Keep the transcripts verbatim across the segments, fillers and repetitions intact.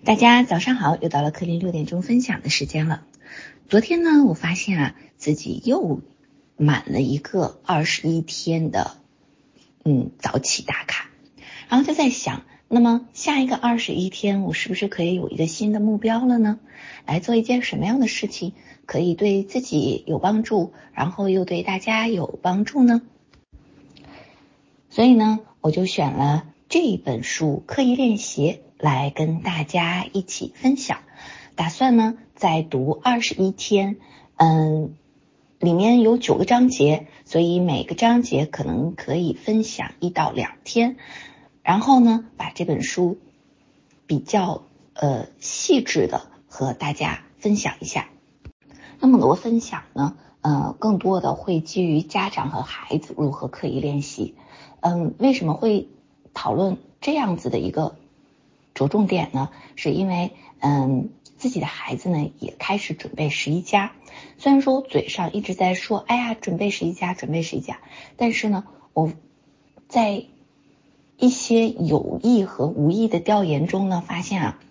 大家早上好，又到了克林六点钟分享的时间了。昨天呢，我发现啊，自己又满了一个二十一天的嗯早起打卡，然后就在想，那么下一个二十一天，我是不是可以有一个新的目标了呢？来做一件什么样的事情可以对自己有帮助，然后又对大家有帮助呢？所以呢，我就选了这一本书《刻意练习》来跟大家一起分享。打算呢再读二十一天，嗯，里面有九个章节，所以每个章节可能可以分享一到两天。然后呢，把这本书比较呃细致的和大家分享一下。那么我的分享呢，呃，更多的会基于家长和孩子如何刻意练习。嗯，为什么会讨论这样子的一个着重点呢？是因为嗯，自己的孩子呢也开始准备十一加。虽然说我嘴上一直在说，哎呀，准备十一加，准备十一加，但是呢，我在一些有意和无意的调研中呢，发现啊，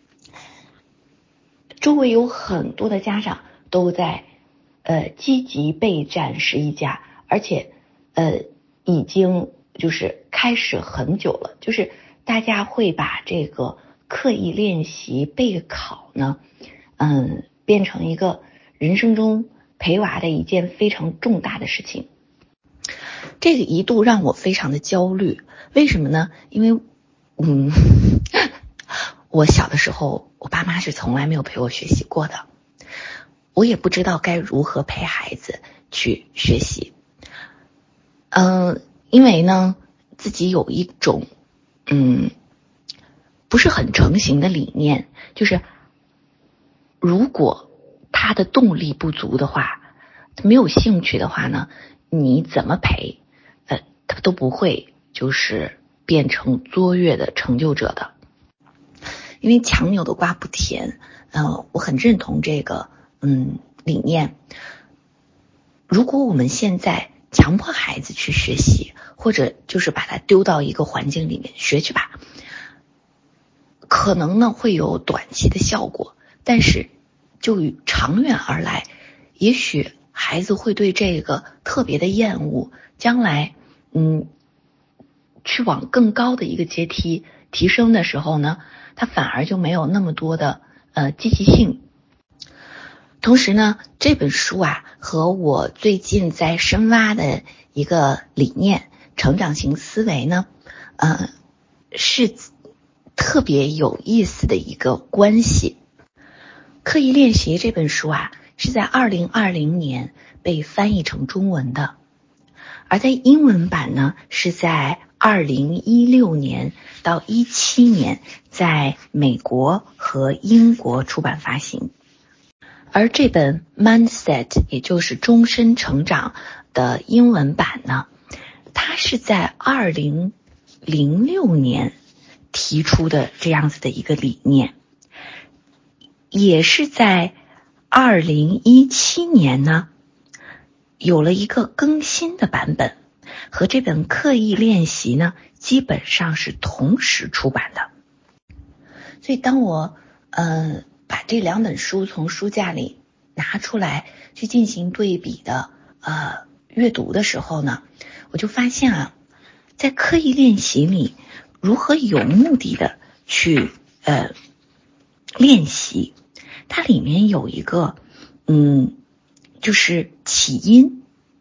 周围有很多的家长都在呃积极备战十一加，而且呃已经就是开始很久了，就是大家会把这个刻意练习备考呢，嗯，变成一个人生中陪娃的一件非常重大的事情。这个一度让我非常的焦虑，为什么呢？因为嗯我小的时候我爸妈是从来没有陪我学习过的，我也不知道该如何陪孩子去学习。嗯，因为呢自己有一种嗯不是很成型的理念，就是如果他的动力不足的话，没有兴趣的话呢，你怎么陪呃他都不会就是变成卓越的成就者的。因为强扭的瓜不甜，呃，我很认同这个嗯理念。如果我们现在强迫孩子去学习，或者就是把他丢到一个环境里面学去吧，可能呢会有短期的效果，但是就长远而来，也许孩子会对这个特别的厌恶，将来嗯去往更高的一个阶梯提升的时候呢，他反而就没有那么多的呃积极性。同时呢，这本书啊和我最近在深挖的一个理念成长型思维呢，呃是特别有意思的一个关系。刻意练习这本书啊是在二零二零年被翻译成中文的，而在英文版呢是在二零一六年到一七年在美国和英国出版发行。而这本 Mindset 也就是终身成长的英文版呢，它是在二零零六年提出的这样子的一个理念，也是在二零一七年呢有了一个更新的版本，和这本刻意练习呢基本上是同时出版的。所以当我呃把这两本书从书架里拿出来去进行对比的呃阅读的时候呢，我就发现啊，在刻意练习里如何有目的的去呃练习，它里面有一个嗯就是起因。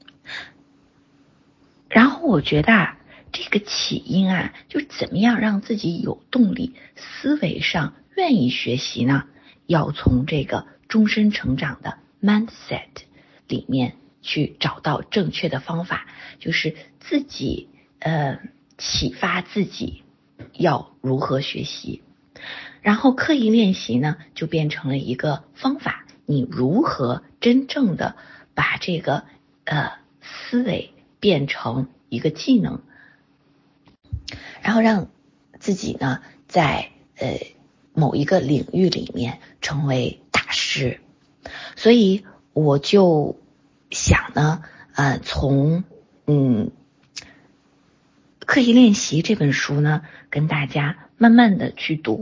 然后我觉得啊，这个起因啊，就怎么样让自己有动力，思维上愿意学习呢？要从这个终身成长的 mindset 里面去找到正确的方法，就是自己呃启发自己要如何学习。然后刻意练习呢，就变成了一个方法，你如何真正的把这个呃思维变成一个技能，然后让自己呢在呃某一个领域里面成为大师。所以我就想呢呃从嗯刻意练习这本书呢跟大家慢慢的去读，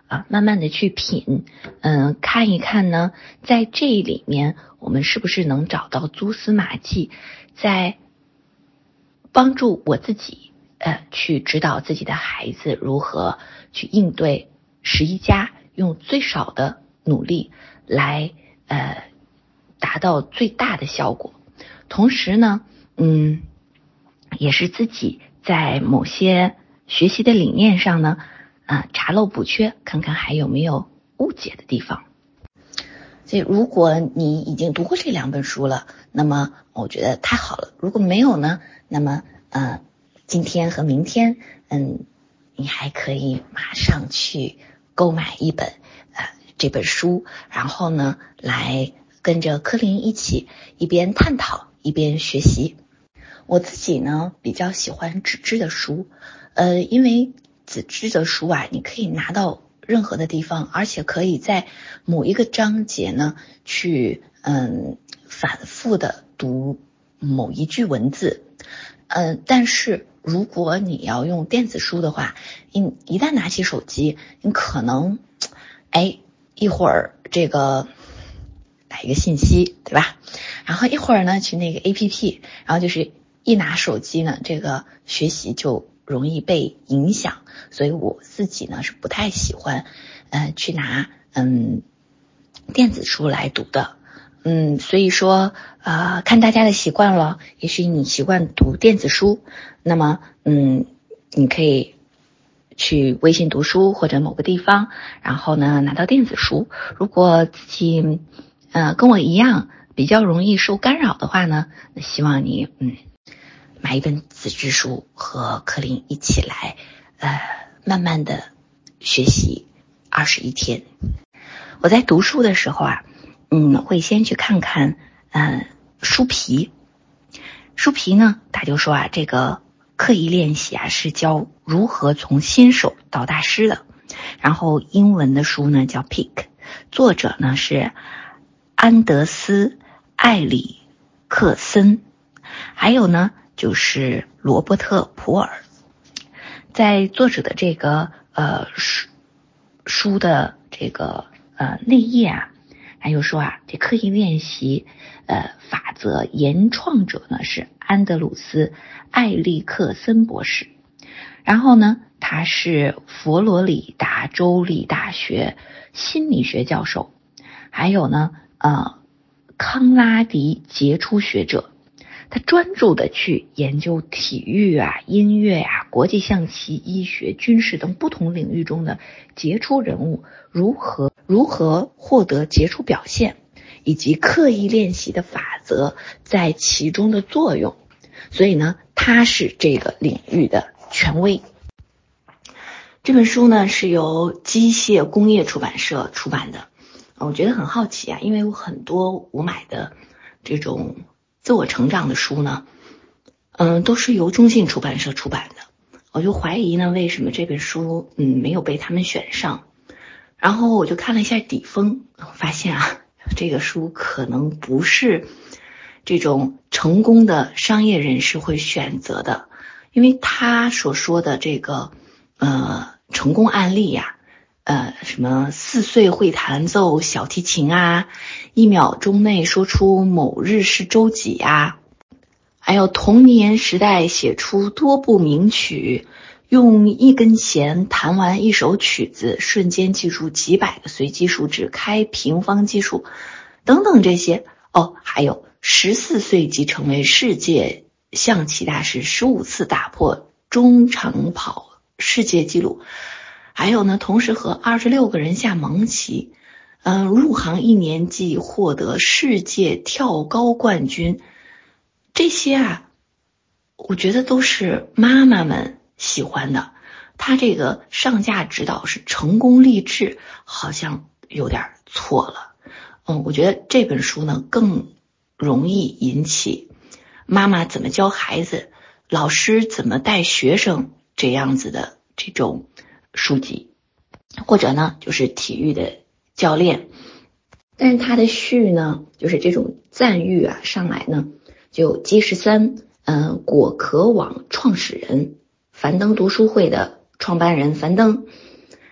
啊，慢慢的去品，嗯，看一看呢，在这里面我们是不是能找到蛛丝马迹，在帮助我自己，呃，去指导自己的孩子如何去应对十一家，用最少的努力来呃达到最大的效果。同时呢，嗯，也是自己在某些学习的理念上呢，啊，查漏补缺，看看还有没有误解的地方。所以如果你已经读过这两本书了，那么我觉得太好了。如果没有呢，那么呃，今天和明天，嗯，你还可以马上去购买一本呃这本书，然后呢，来跟着柯林一起一边探讨一边学习。我自己呢比较喜欢纸质的书，呃，因为纸质的书啊，你可以拿到任何的地方，而且可以在某一个章节呢去嗯反复的读某一句文字，嗯、呃，但是如果你要用电子书的话，你一旦拿起手机，你可能哎一会儿这个打一个信息，对吧？然后一会儿呢去那个 A P P， 然后就是一拿手机呢，这个学习就容易被影响，所以我自己呢是不太喜欢呃去拿嗯电子书来读的。嗯，所以说呃看大家的习惯了，也许你习惯读电子书，那么嗯你可以去微信读书或者某个地方，然后呢拿到电子书。如果自己呃跟我一样比较容易受干扰的话呢，那希望你嗯买一本纸质书，和柯林一起来呃慢慢的学习二十一天。我在读书的时候啊，嗯会先去看看呃书皮。书皮呢，他就说啊，这个刻意练习啊是教如何从新手到大师的。然后英文的书呢叫 Pick， 作者呢是安德斯艾里克森，还有呢就是罗伯特普尔。在作者的这个呃书书的这个呃内页啊，他又说啊，这刻意练习呃法则研创者呢是安德鲁斯艾利克森博士，然后呢他是佛罗里达州立大学心理学教授，还有呢呃康拉迪杰出学者。他专注的去研究体育啊、音乐啊、国际象棋、医学、军事等不同领域中的杰出人物如何如何获得杰出表现，以及刻意练习的法则在其中的作用。所以呢，他是这个领域的权威。这本书呢是由机械工业出版社出版的。我觉得很好奇啊，因为有很多我买的这种自我成长的书呢，嗯，都是由中信出版社出版的。我就怀疑呢，为什么这本书嗯没有被他们选上？然后我就看了一下底封，发现啊，这个书可能不是这种成功的商业人士会选择的，因为他所说的这个呃成功案例呀、啊，呃什么四岁会弹奏小提琴啊，一秒钟内说出某日式周几啊，还有童年时代写出多部名曲，用一根弦弹完一首曲子，瞬间记住几百个随机数值，开平方基数等等这些。哦，还有十四岁即成为世界象棋大师，十五次打破中长跑世界纪录。还有呢，同时和二十六个人下盲棋，嗯、呃，入行一年即获得世界跳高冠军。这些啊，我觉得都是妈妈们喜欢的。他这个上架指导是成功励志，好像有点错了。嗯，我觉得这本书呢更容易引起妈妈怎么教孩子，老师怎么带学生这样子的这种书籍，或者呢就是体育的教练。但是他的序呢，就是这种赞誉啊上来呢，就有 G 十三，嗯，果壳网创始人，樊登读书会的创办人樊登，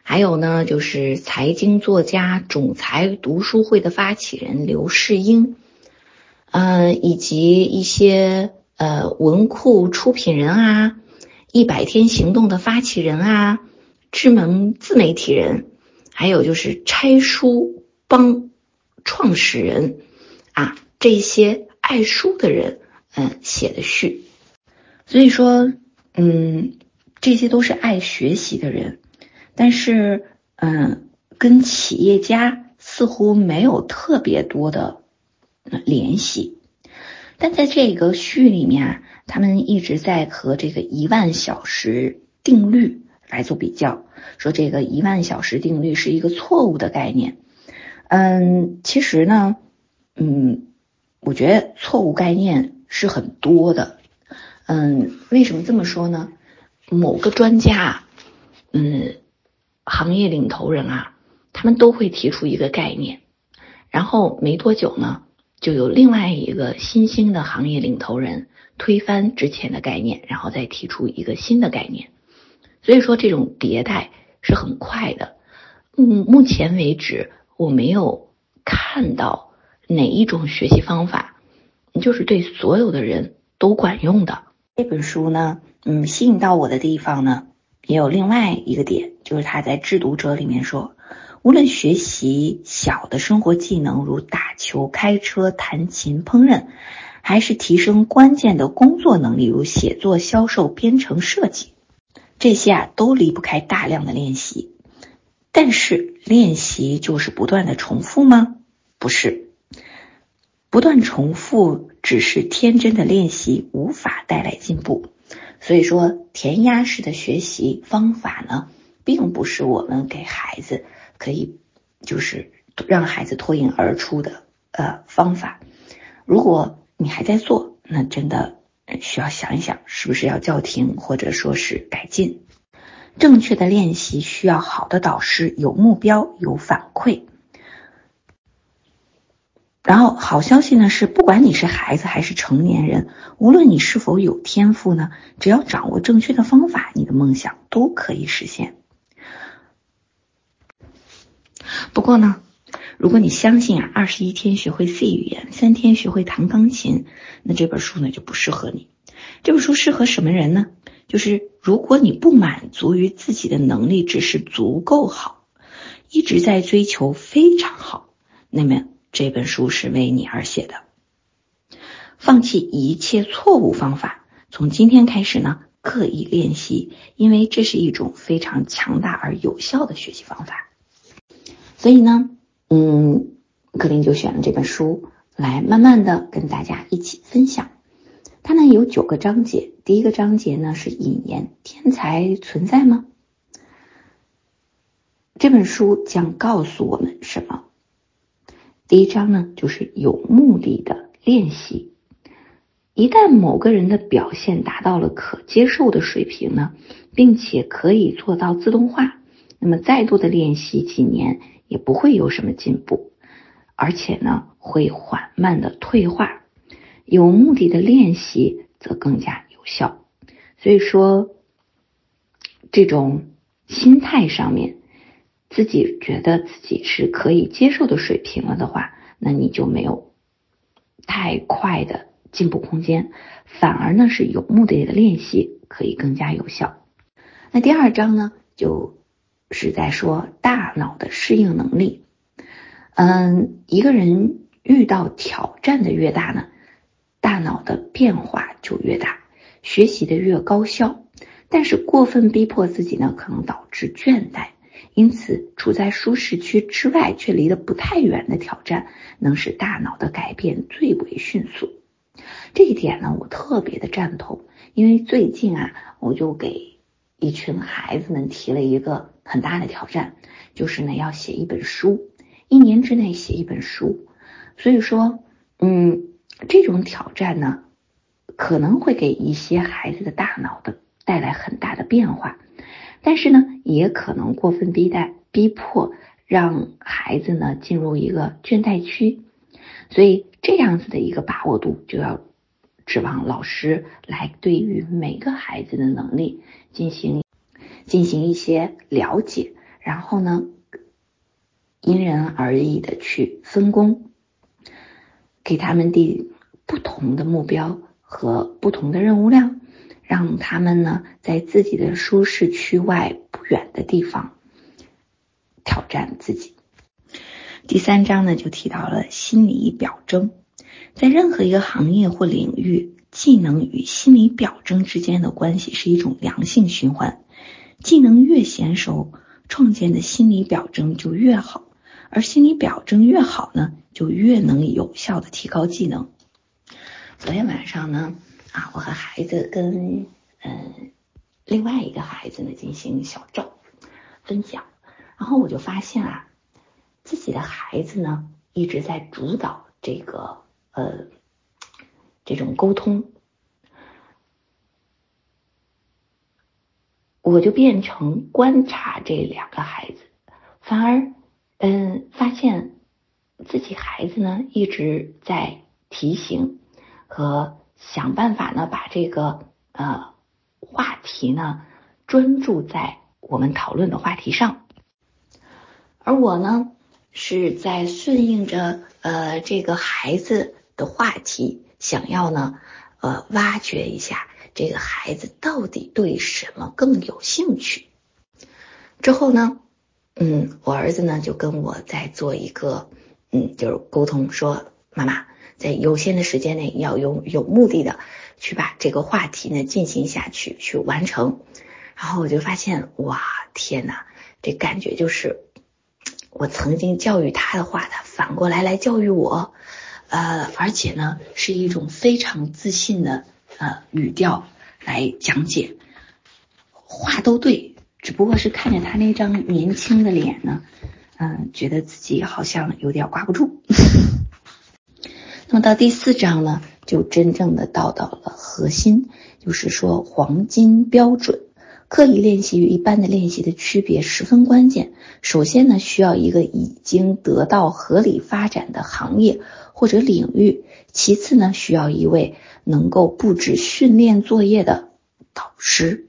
还有呢，就是财经作家总裁读书会的发起人刘世英，呃，以及一些呃文库出品人啊，一百天行动的发起人啊，知名自媒体人，还有就是拆书帮创始人啊，这些爱书的人，嗯，写的序。所以说，嗯，这些都是爱学习的人，但是，嗯，跟企业家似乎没有特别多的联系。但在这个序里面啊，他们一直在和这个一万小时定律来做比较，说这个一万小时定律是一个错误的概念。嗯，其实呢，嗯，我觉得错误概念是很多的。嗯，为什么这么说呢？某个专家，嗯，行业领头人啊，他们都会提出一个概念，然后没多久呢，就有另外一个新兴的行业领头人推翻之前的概念，然后再提出一个新的概念。所以说这种迭代是很快的。嗯，目前为止我没有看到哪一种学习方法就是对所有的人都管用的。这本书呢，嗯，吸引到我的地方呢，也有另外一个点，就是他在制读者里面说，无论学习小的生活技能，如打球、开车、弹琴、烹饪，还是提升关键的工作能力，如写作、销售、编程、设计，这些啊都离不开大量的练习。但是练习就是不断的重复吗？不是。不断重复只是天真的练习，无法带来进步。所以说填鸭式的学习方法呢，并不是我们给孩子可以就是让孩子脱颖而出的呃方法。如果你还在做，那真的需要想一想是不是要叫停，或者说是改进。正确的练习需要好的导师，有目标，有反馈。然后好消息呢是，不管你是孩子还是成年人，无论你是否有天赋呢，只要掌握正确的方法，你的梦想都可以实现。不过呢，如果你相信啊，二十一天学会 C 语言，三天学会弹钢琴，那这本书呢就不适合你。这本书适合什么人呢？就是如果你不满足于自己的能力只是足够好，一直在追求非常好，那么这本书是为你而写的。放弃一切错误方法，从今天开始呢，刻意练习，因为这是一种非常强大而有效的学习方法。所以呢，嗯，格林就选了这本书来慢慢的跟大家一起分享。它呢有九个章节，第一个章节呢是引言，天才存在吗？这本书将告诉我们什么？第一章呢就是有目的的练习。一旦某个人的表现达到了可接受的水平呢，并且可以做到自动化，那么再多的练习几年也不会有什么进步，而且呢会缓慢的退化。有目的的练习则更加有效。所以说这种心态上面，自己觉得自己是可以接受的水平了的话，那你就没有太快的进步空间，反而呢是有目的的练习可以更加有效。那第二章呢就是在说大脑的适应能力。嗯，一个人遇到挑战的越大呢，大脑的变化就越大，学习的越高效。但是过分逼迫自己呢，可能导致倦怠。因此处在舒适区之外却离得不太远的挑战，能使大脑的改变最为迅速。这一点呢我特别的赞同，因为最近啊我就给一群孩子们提了一个很大的挑战，就是呢要写一本书，一年之内写一本书。所以说嗯，这种挑战呢可能会给一些孩子的大脑的带来很大的变化，但是呢也可能过分逼待逼迫让孩子呢进入一个倦怠区。所以这样子的一个把握度就要指望老师来对于每个孩子的能力进行进行一些了解， 然后呢，因人而异的去分工，给他们定不同的目标和不同的任务量，让他们呢在自己的舒适区外不远的地方挑战自己。第三章呢就提到了心理表征，在任何一个行业或领域，技能与心理表征之间的关系是一种良性循环，技能越娴熟，创建的心理表征就越好，而心理表征越好呢，就越能有效的提高技能。昨天晚上呢，啊，我和孩子跟嗯另外一个孩子呢进行小照分享，然后我就发现啊，自己的孩子呢一直在主导这个呃这种沟通，我就变成观察这两个孩子，反而嗯发现自己孩子呢一直在提醒和想办法呢把这个呃话题呢专注在我们讨论的话题上，而我呢是在顺应着呃这个孩子的话题，想要呢呃挖掘一下这个孩子到底对什么更有兴趣。之后呢嗯我儿子呢就跟我在做一个嗯就是沟通，说妈妈在有限的时间内要有有目的的去把这个话题呢进行下去，去完成。然后我就发现，哇天哪，这感觉就是我曾经教育他的话，他反过来来教育我，呃，而且呢是一种非常自信的呃语调来讲解，话都对，只不过是看着他那张年轻的脸呢，嗯、呃，觉得自己好像有点挂不住。那么到第四章呢，就真正的到到了核心，就是说黄金标准。刻意练习与一般的练习的区别十分关键。首先呢，需要一个已经得到合理发展的行业或者领域。其次呢，需要一位能够布置训练作业的导师。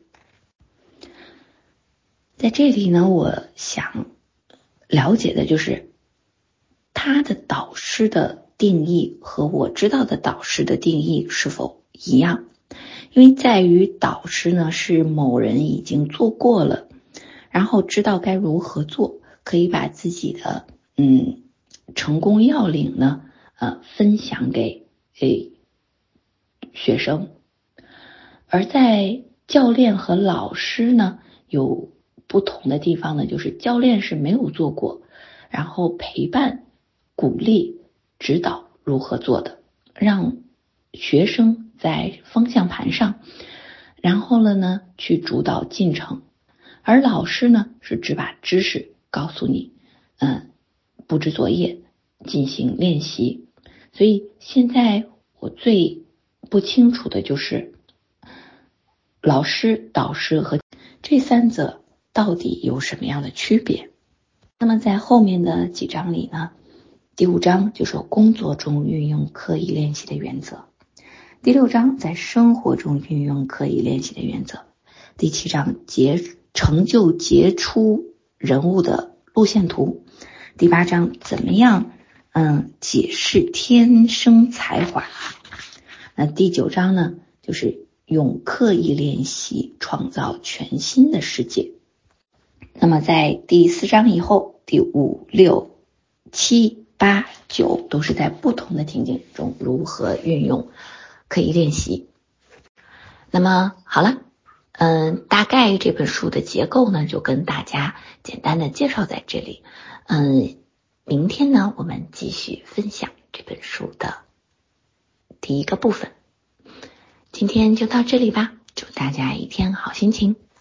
在这里呢，我想了解的就是他的导师的定义和我知道的导师的定义是否一样。因为在于导师呢是某人已经做过了，然后知道该如何做，可以把自己的嗯成功要领呢呃分享给给学生。而在教练和老师呢有不同的地方呢，就是教练是没有做过，然后陪伴、鼓励、指导如何做的，让学生在方向盘上，然后了呢去主导进程。而老师呢是只把知识告诉你，嗯，布置作业，进行练习。所以现在我最不清楚的就是老师、导师和这三者到底有什么样的区别。那么在后面的几章里呢，第五章就说工作中运用刻意练习的原则，第六章在生活中运用刻意练习的原则，第七章杰成就杰出人物的路线图，第八章怎么样嗯解释天生才华。那第九章呢，就是用刻意练习创造全新的世界。那么在第四章以后，第五、六、七、八、九都是在不同的情景中如何运用刻意练习。那么好了，嗯，大概这本书的结构呢，就跟大家简单的介绍在这里。嗯，明天呢，我们继续分享这本书的第一个部分。今天就到这里吧，祝大家一天好心情。